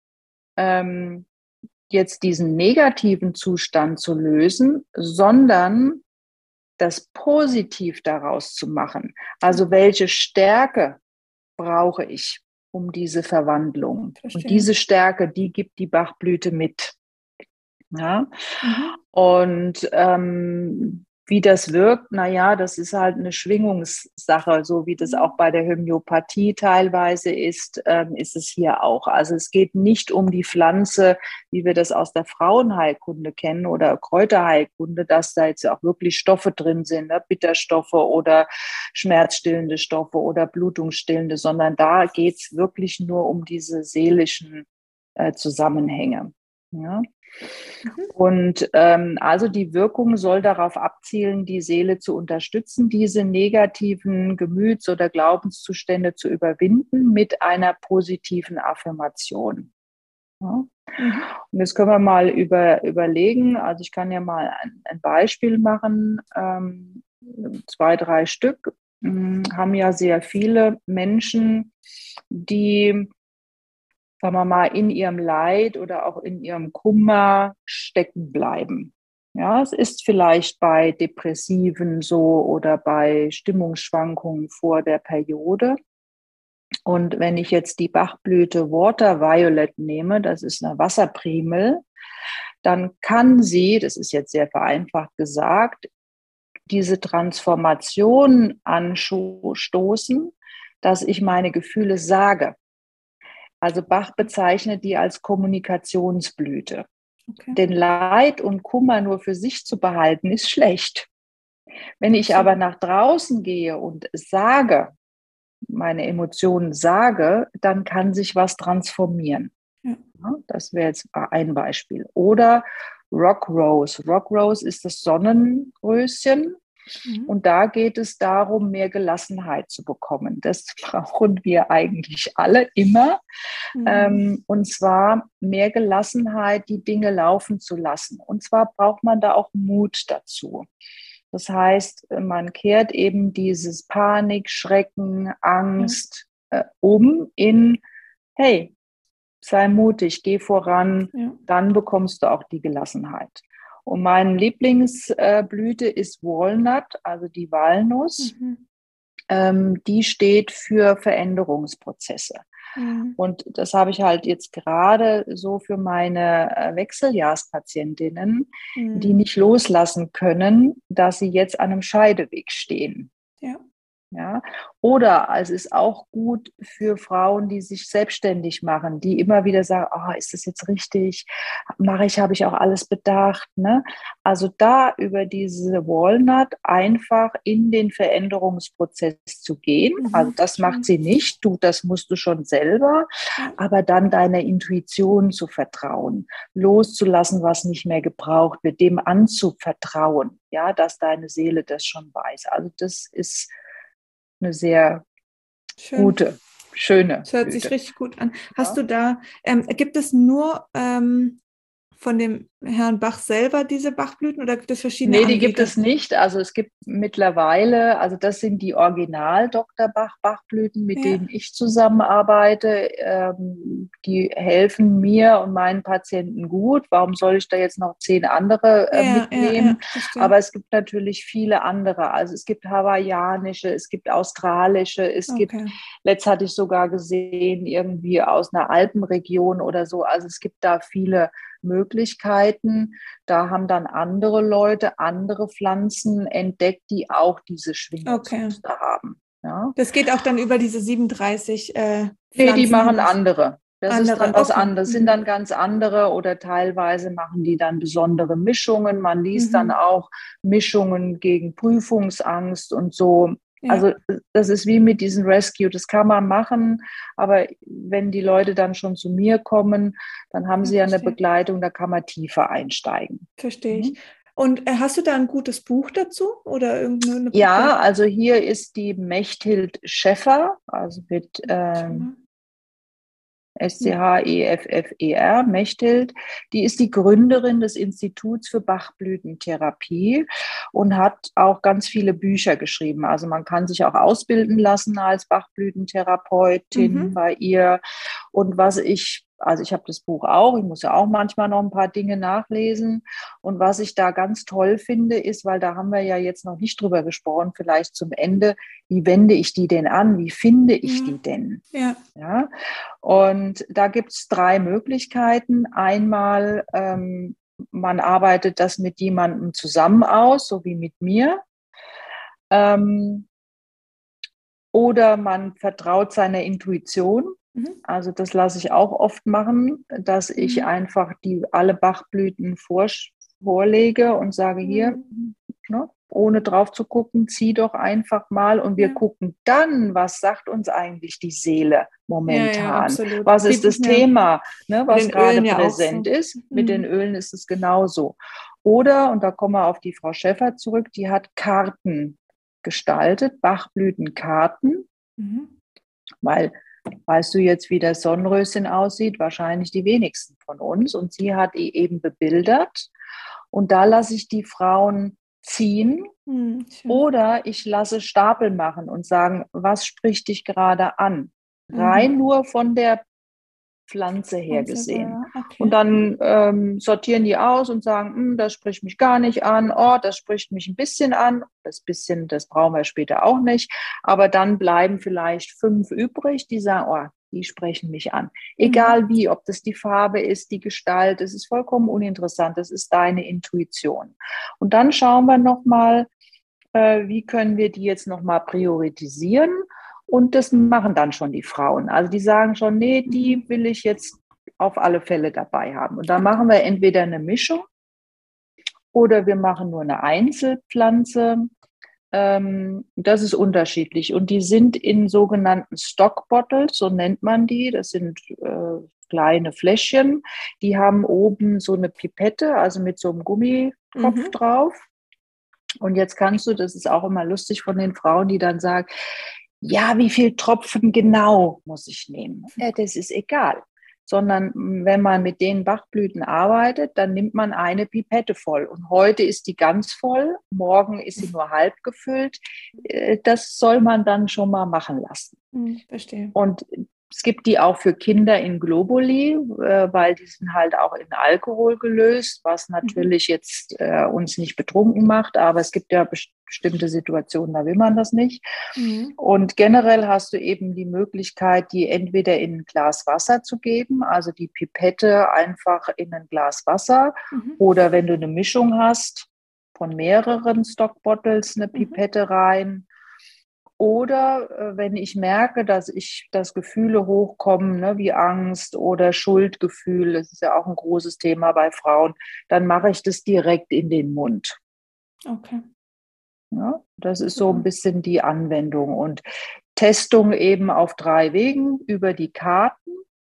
jetzt diesen negativen Zustand zu lösen, sondern das positiv daraus zu machen. Also welche Stärke brauche ich um diese Verwandlung? Verstehe. Und diese Stärke, die gibt die Bachblüte mit. Ja? Und wie das wirkt, naja, das ist halt eine Schwingungssache, so wie das auch bei der Homöopathie teilweise ist es hier auch. Also es geht nicht um die Pflanze, wie wir das aus der Frauenheilkunde kennen oder Kräuterheilkunde, dass da jetzt auch wirklich Stoffe drin sind, ne? Bitterstoffe oder schmerzstillende Stoffe oder blutungsstillende, sondern da geht es wirklich nur um diese seelischen Zusammenhänge. Ja? Mhm. Und also die Wirkung soll darauf abzielen, die Seele zu unterstützen, diese negativen Gemüts- oder Glaubenszustände zu überwinden mit einer positiven Affirmation. Ja. Mhm. Und jetzt können wir mal überlegen, also ich kann ja mal ein Beispiel machen, 2, 3 Stück haben ja sehr viele Menschen, die, sagen wir mal, in ihrem Leid oder auch in ihrem Kummer stecken bleiben. Ja, es ist vielleicht bei Depressiven so oder bei Stimmungsschwankungen vor der Periode. Und wenn ich jetzt die Bachblüte Water Violet nehme, das ist eine Wasserprimel, dann kann sie, das ist jetzt sehr vereinfacht gesagt, diese Transformation anstoßen, dass ich meine Gefühle sage. Also Bach bezeichnet die als Kommunikationsblüte. Okay. Denn Leid und Kummer nur für sich zu behalten, ist schlecht. Wenn ich aber nach draußen gehe und sage, meine Emotionen sage, dann kann sich was transformieren. Ja. Das wäre jetzt ein Beispiel. Oder Rock Rose. Rock Rose ist das Sonnenröschen. Mhm. Und da geht es darum, mehr Gelassenheit zu bekommen. Das brauchen wir eigentlich alle immer. Mhm. Und zwar mehr Gelassenheit, die Dinge laufen zu lassen. Und zwar braucht man da auch Mut dazu. Das heißt, man kehrt eben dieses Panik, Schrecken, Ja. Angst um in, hey, sei mutig, geh voran, Ja. dann bekommst du auch die Gelassenheit. Und meine Lieblingsblüte ist Walnut, also die Walnuss. Mhm. Die steht für Veränderungsprozesse. Mhm. Und das habe ich halt jetzt gerade so für meine Wechseljahrspatientinnen, die Mhm. nicht loslassen können, dass sie jetzt an einem Scheideweg stehen. Ja. Ja, oder es ist auch gut für Frauen, die sich selbstständig machen, die immer wieder sagen, oh, ist das jetzt richtig? Habe ich auch alles bedacht? Ne? Also da über diese Walnut einfach in den Veränderungsprozess zu gehen. Also Mhm. das macht Schön. sie nicht, das musst du schon selber, Ja. aber dann deiner Intuition zu vertrauen, loszulassen, was nicht mehr gebraucht wird, dem anzuvertrauen, ja, dass deine Seele das schon weiß. Also das ist eine sehr Schön. gute, schöne Das hört sich Blüte. richtig gut an. Hast Ja. du da, gibt es nur von dem Herrn Bach selber diese Bachblüten oder gibt es verschiedene Nee, die gibt Anbieter? es nicht. Also es gibt mittlerweile, also das sind die Original Dr. Bach Bachblüten, mit Ja, denen ich zusammenarbeite. Die helfen mir und meinen Patienten gut. Warum soll ich da jetzt noch 10 andere ja, ja, ja, mitnehmen? verstehe. Aber es gibt natürlich viele andere. Also es gibt hawaiianische, es gibt australische, es gibt, Okay. letzt hatte ich sogar gesehen, irgendwie aus einer Alpenregion oder so. Also es gibt da viele Möglichkeiten. Da haben dann andere Leute andere Pflanzen entdeckt, die auch diese Okay. Schwingungsmuster haben. Ja. Das geht auch dann über diese 37 Nee, die Pflanzen machen hinaus. andere. Das ist dann Andere, was okay. anderes, sind Mhm. dann ganz andere oder teilweise machen die dann besondere Mischungen. Man liest dann Mhm. auch Mischungen gegen Prüfungsangst und so. Ja, Also das ist wie mit diesem Rescue, das kann man machen, aber wenn die Leute dann schon zu mir kommen, dann haben ja, sie ja eine verstehe. Begleitung, da kann man tiefer einsteigen. Verstehe ich. Mhm. Und hast du da ein gutes Buch dazu oder irgendeine Ja, also hier ist die Mechthild Scheffer, also mit Schau mal. Scheffer, Mechthild. Die ist die Gründerin des Instituts für Bachblütentherapie und hat auch ganz viele Bücher geschrieben. Also man kann sich auch ausbilden lassen als Bachblütentherapeutin Mhm. bei ihr. Und also ich habe das Buch auch, ich muss ja auch manchmal noch ein paar Dinge nachlesen. Und was ich da ganz toll finde, ist, weil da haben wir ja jetzt noch nicht drüber gesprochen, vielleicht zum Ende, wie wende ich die denn an? Wie finde ich Ja, die denn? ja. Ja, und da gibt es 3 Möglichkeiten. Einmal, man arbeitet das mit jemandem zusammen aus, so wie mit mir. Ähm, oder man vertraut seiner Intuition. Mhm. Also das lasse ich auch oft machen, dass ich Mhm. einfach alle Bachblüten vorlege und sage hier, Mhm. ne, ohne drauf zu gucken, zieh doch einfach mal und wir Ja. gucken dann, was sagt uns eigentlich die Seele Ja, momentan? absolut. Was ist das Ja. Thema, ne, Mit was den gerade Ölen ja auch präsent so. ist? Mit den Ölen ist es genauso. Oder, und da kommen wir auf die Frau Schäffer zurück, die hat Karten gestaltet, Bachblütenkarten, weil weißt du jetzt, wie das Sonnenröschen aussieht? Wahrscheinlich die wenigsten von uns. Und sie hat eben bebildert. Und da lasse ich die Frauen ziehen oder ich lasse Stapel machen und sagen, was spricht dich gerade an? Rein nur von der Pflanze her gesehen. Okay. Und dann sortieren die aus und sagen, das spricht mich gar nicht an, oh, das spricht mich ein bisschen an. Das bisschen, das brauchen wir später auch nicht. Aber dann bleiben vielleicht 5 übrig, die sagen, oh, die sprechen mich an. Egal wie, ob das die Farbe ist, die Gestalt, das ist vollkommen uninteressant. Das ist deine Intuition. Und dann schauen wir nochmal, wie können wir die jetzt nochmal priorisieren? Und das machen dann schon die Frauen. Also die sagen schon, nee, die will ich jetzt auf alle Fälle dabei haben. Und da machen wir entweder eine Mischung oder wir machen nur eine Einzelpflanze. Das ist unterschiedlich. Und die sind in sogenannten Stock Bottles, so nennt man die. Das sind kleine Fläschchen. Die haben oben so eine Pipette, also mit so einem Gummikopf drauf. Und jetzt kannst du, das ist auch immer lustig von den Frauen, die dann sagen, ja, wie viel Tropfen genau muss ich nehmen? Ja, das ist egal. Sondern wenn man mit den Bachblüten arbeitet, dann nimmt man eine Pipette voll. Und heute ist die ganz voll, morgen ist sie nur halb gefüllt. Das soll man dann schon mal machen lassen. Verstehe. Und es gibt die auch für Kinder in Globuli, weil die sind halt auch in Alkohol gelöst, was natürlich jetzt uns nicht betrunken macht, aber es gibt ja bestimmte Situationen, da will man das nicht. Und generell hast du eben die Möglichkeit, die entweder in ein Glas Wasser zu geben, also die Pipette einfach in ein Glas Wasser, oder wenn du eine Mischung hast, von mehreren Stock-Bottles eine Pipette rein. Oder wenn ich merke, dass Gefühle hochkommen, ne, wie Angst oder Schuldgefühl, das ist ja auch ein großes Thema bei Frauen, dann mache ich das direkt in den Mund. Okay. Ja, das ist so ein bisschen die Anwendung. Und Testung eben auf 3 Wegen, über die Karten,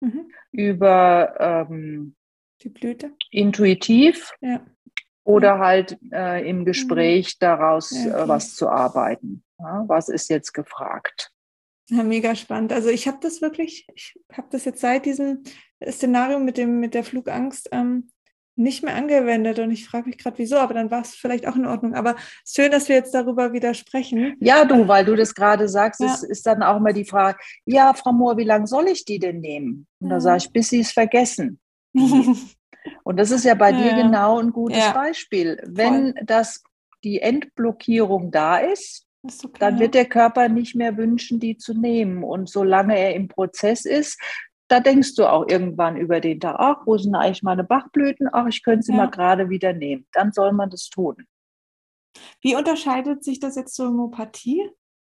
über die Blüte, intuitiv oder halt im Gespräch daraus was zu arbeiten. Ja, was ist jetzt gefragt? Ja, mega spannend. Also ich habe das jetzt seit diesem Szenario mit der Flugangst nicht mehr angewendet und ich frage mich gerade, wieso, aber dann war es vielleicht auch in Ordnung. Aber schön, dass wir jetzt darüber wieder sprechen. Ja, weil du das gerade sagst, ist dann auch immer die Frage, ja, Frau Mohr, wie lange soll ich die denn nehmen? Und da sage ich, bis Sie es vergessen. Und das ist ja bei dir genau ein gutes Beispiel. Wenn die Entblockierung da ist, dann wird der Körper nicht mehr wünschen, die zu nehmen. Und solange er im Prozess ist, da denkst du auch irgendwann über den Tag, ach, wo sind eigentlich meine Bachblüten? Ach, ich könnte sie mal gerade wieder nehmen. Dann soll man das tun. Wie unterscheidet sich das jetzt zur Homöopathie?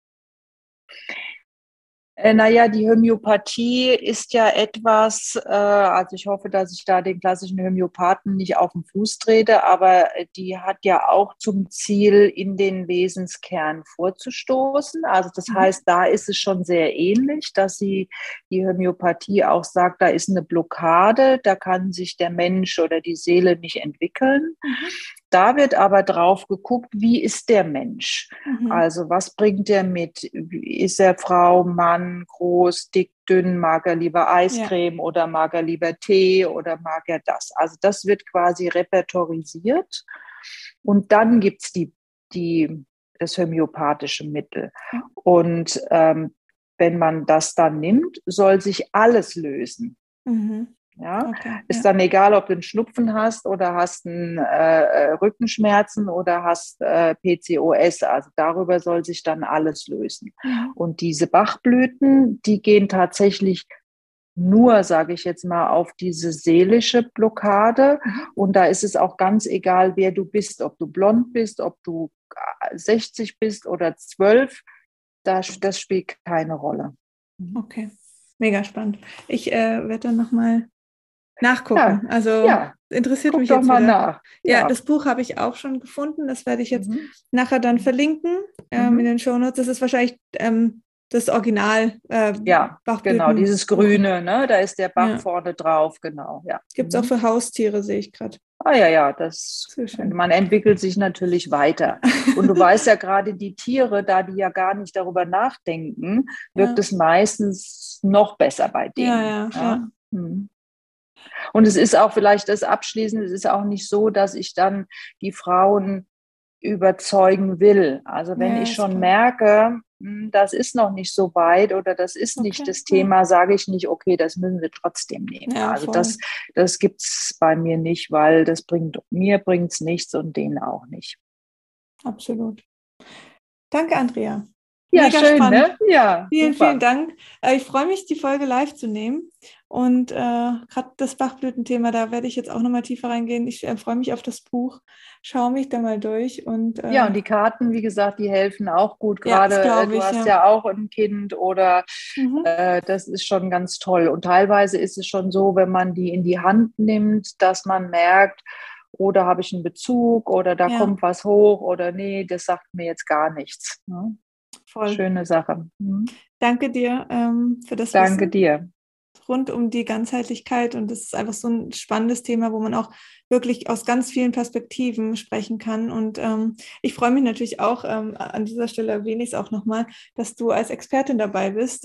Naja, die Homöopathie ist ja etwas, also ich hoffe, dass ich da den klassischen Homöopathen nicht auf den Fuß trete, aber die hat ja auch zum Ziel, in den Wesenskern vorzustoßen. Also das heißt, da ist es schon sehr ähnlich, dass die Homöopathie auch sagt, da ist eine Blockade, da kann sich der Mensch oder die Seele nicht entwickeln. Da wird aber drauf geguckt, wie ist der Mensch? Also was bringt er mit? Ist er Frau, Mann, groß, dick, dünn? Mag er lieber Eiscreme oder mag er lieber Tee oder mag er das? Also das wird quasi repertorisiert und dann gibt es das homöopathische Mittel. Und wenn man das dann nimmt, soll sich alles lösen. Ja? Ist dann egal, ob du einen Schnupfen hast oder hast Rückenschmerzen oder hast PCOS. Also darüber soll sich dann alles lösen. Und diese Bachblüten, die gehen tatsächlich nur, sage ich jetzt mal, auf diese seelische Blockade. Und da ist es auch ganz egal, wer du bist, ob du blond bist, ob du 60 bist oder 12. Das spielt keine Rolle. Okay, mega spannend. Ich werde dann nochmal nachgucken. Also interessiert guck mich doch jetzt mal wieder. nach. Ja, das Buch habe ich auch schon gefunden. Das werde ich jetzt Mhm. nachher dann verlinken in den Shownotes. Das ist wahrscheinlich das Original Ja, genau, dieses Bachblütenbuch. Grüne, ne? Da ist der Bach Ja. vorne drauf, genau, ja. Gibt es auch für Haustiere, sehe ich gerade. Ah ja, Sehr schön. man entwickelt sich natürlich weiter. Und du weißt ja gerade, die Tiere, da die ja gar nicht darüber nachdenken, wirkt Ja. es meistens noch besser bei denen. Ja. Mhm. Und es ist auch vielleicht das Abschließende, es ist auch nicht so, dass ich dann die Frauen überzeugen will. Also wenn Ja, ich ist schon klar. merke, das ist noch nicht so weit oder das ist nicht Okay. das Thema, sage ich nicht, okay, das müssen wir trotzdem nehmen. Ja, Also voll. das gibt es bei mir nicht, weil mir bringt es nichts und denen auch nicht. Absolut. Danke, Andrea. Ja, Mega schön, spannend. ne? Ja, Vielen super. Dank. Ich freue mich, die Folge live zu nehmen. Und gerade das Bachblütenthema, da werde ich jetzt auch nochmal tiefer reingehen. Ich freue mich auf das Buch, schaue mich da mal durch. Und Ja, und die Karten, wie gesagt, die helfen auch gut. ja, das Gerade glaube du ich, hast ja. ja auch ein Kind oder Mhm. das ist schon ganz toll. Und teilweise ist es schon so, wenn man die in die Hand nimmt, dass man merkt, oder habe ich einen Bezug oder da Ja, kommt was hoch oder nee, das sagt mir jetzt gar nichts. Ne? voll. Schöne Sache. Danke dir für das Danke Wissen dir. rund um die Ganzheitlichkeit. Und das ist einfach so ein spannendes Thema, wo man auch wirklich aus ganz vielen Perspektiven sprechen kann. Und ich freue mich natürlich auch, an dieser Stelle erwähne ich es auch nochmal, dass du als Expertin dabei bist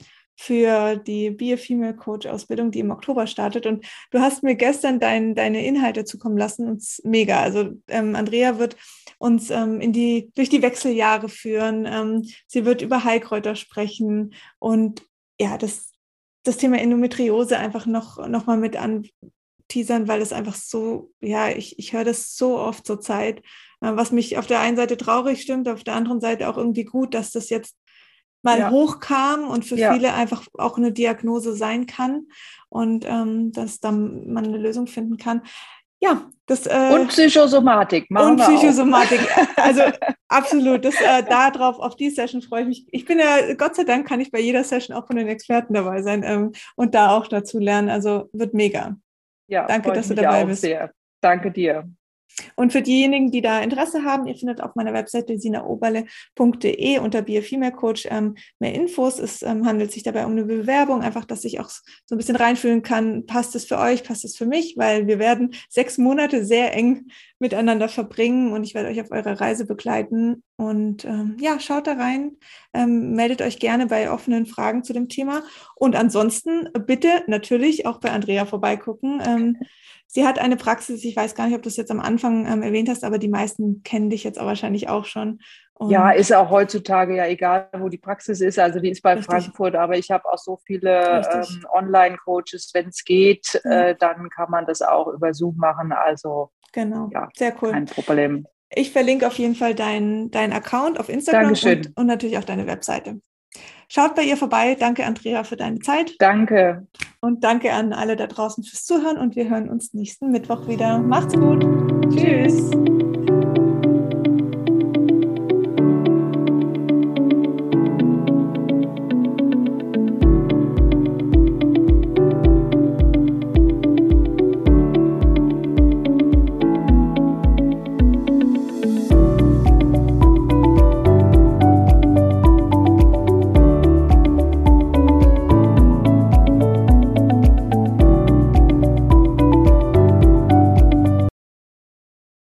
für die Be a Female Coach Ausbildung, die im Oktober startet. Und du hast mir gestern deine Inhalte zukommen lassen. Und mega. Also Andrea wird uns durch die Wechseljahre führen. Sie wird über Heilkräuter sprechen. Und ja, das Thema Endometriose einfach noch mal mit anteasern, weil es einfach so, ja, ich höre das so oft zur Zeit, was mich auf der einen Seite traurig stimmt, auf der anderen Seite auch irgendwie gut, dass das jetzt mal hochkam und für viele einfach auch eine Diagnose sein kann und dass dann man eine Lösung finden kann. Ja, Und Psychosomatik und machen wir auch. Psychosomatik, also absolut, darauf, auf die Session freue ich mich. Ich bin ja, Gott sei Dank kann ich bei jeder Session auch von den Experten dabei sein und da auch dazu lernen, also wird mega. Ja, Danke, freut dass du mich dabei auch bist. sehr. Danke dir. Und für diejenigen, die da Interesse haben, ihr findet auf meiner Webseite sinaoberle.de unter Be a Female Coach mehr Infos. Es handelt sich dabei um eine Bewerbung, einfach, dass ich auch so ein bisschen reinfühlen kann, passt es für euch, passt es für mich, weil wir werden 6 Monate sehr eng miteinander verbringen und ich werde euch auf eurer Reise begleiten. Und ja, schaut da rein, meldet euch gerne bei offenen Fragen zu dem Thema. Und ansonsten bitte natürlich auch bei Andrea vorbeigucken. Sie hat eine Praxis, ich weiß gar nicht, ob du es jetzt am Anfang erwähnt hast, aber die meisten kennen dich jetzt auch wahrscheinlich auch schon. Ja, ist auch heutzutage ja egal, wo die Praxis ist. Also die ist bei Richtig. Frankfurt, aber ich habe auch so viele Online-Coaches, wenn es geht, dann kann man das auch über Zoom machen. Also genau, ja, sehr cool. kein Problem. Ich verlinke auf jeden Fall deinen Account auf Instagram und natürlich auch deine Webseite. Schaut bei ihr vorbei. Danke, Andrea, für deine Zeit. Danke. Und danke an alle da draußen fürs Zuhören und wir hören uns nächsten Mittwoch wieder. Macht's gut. Tschüss.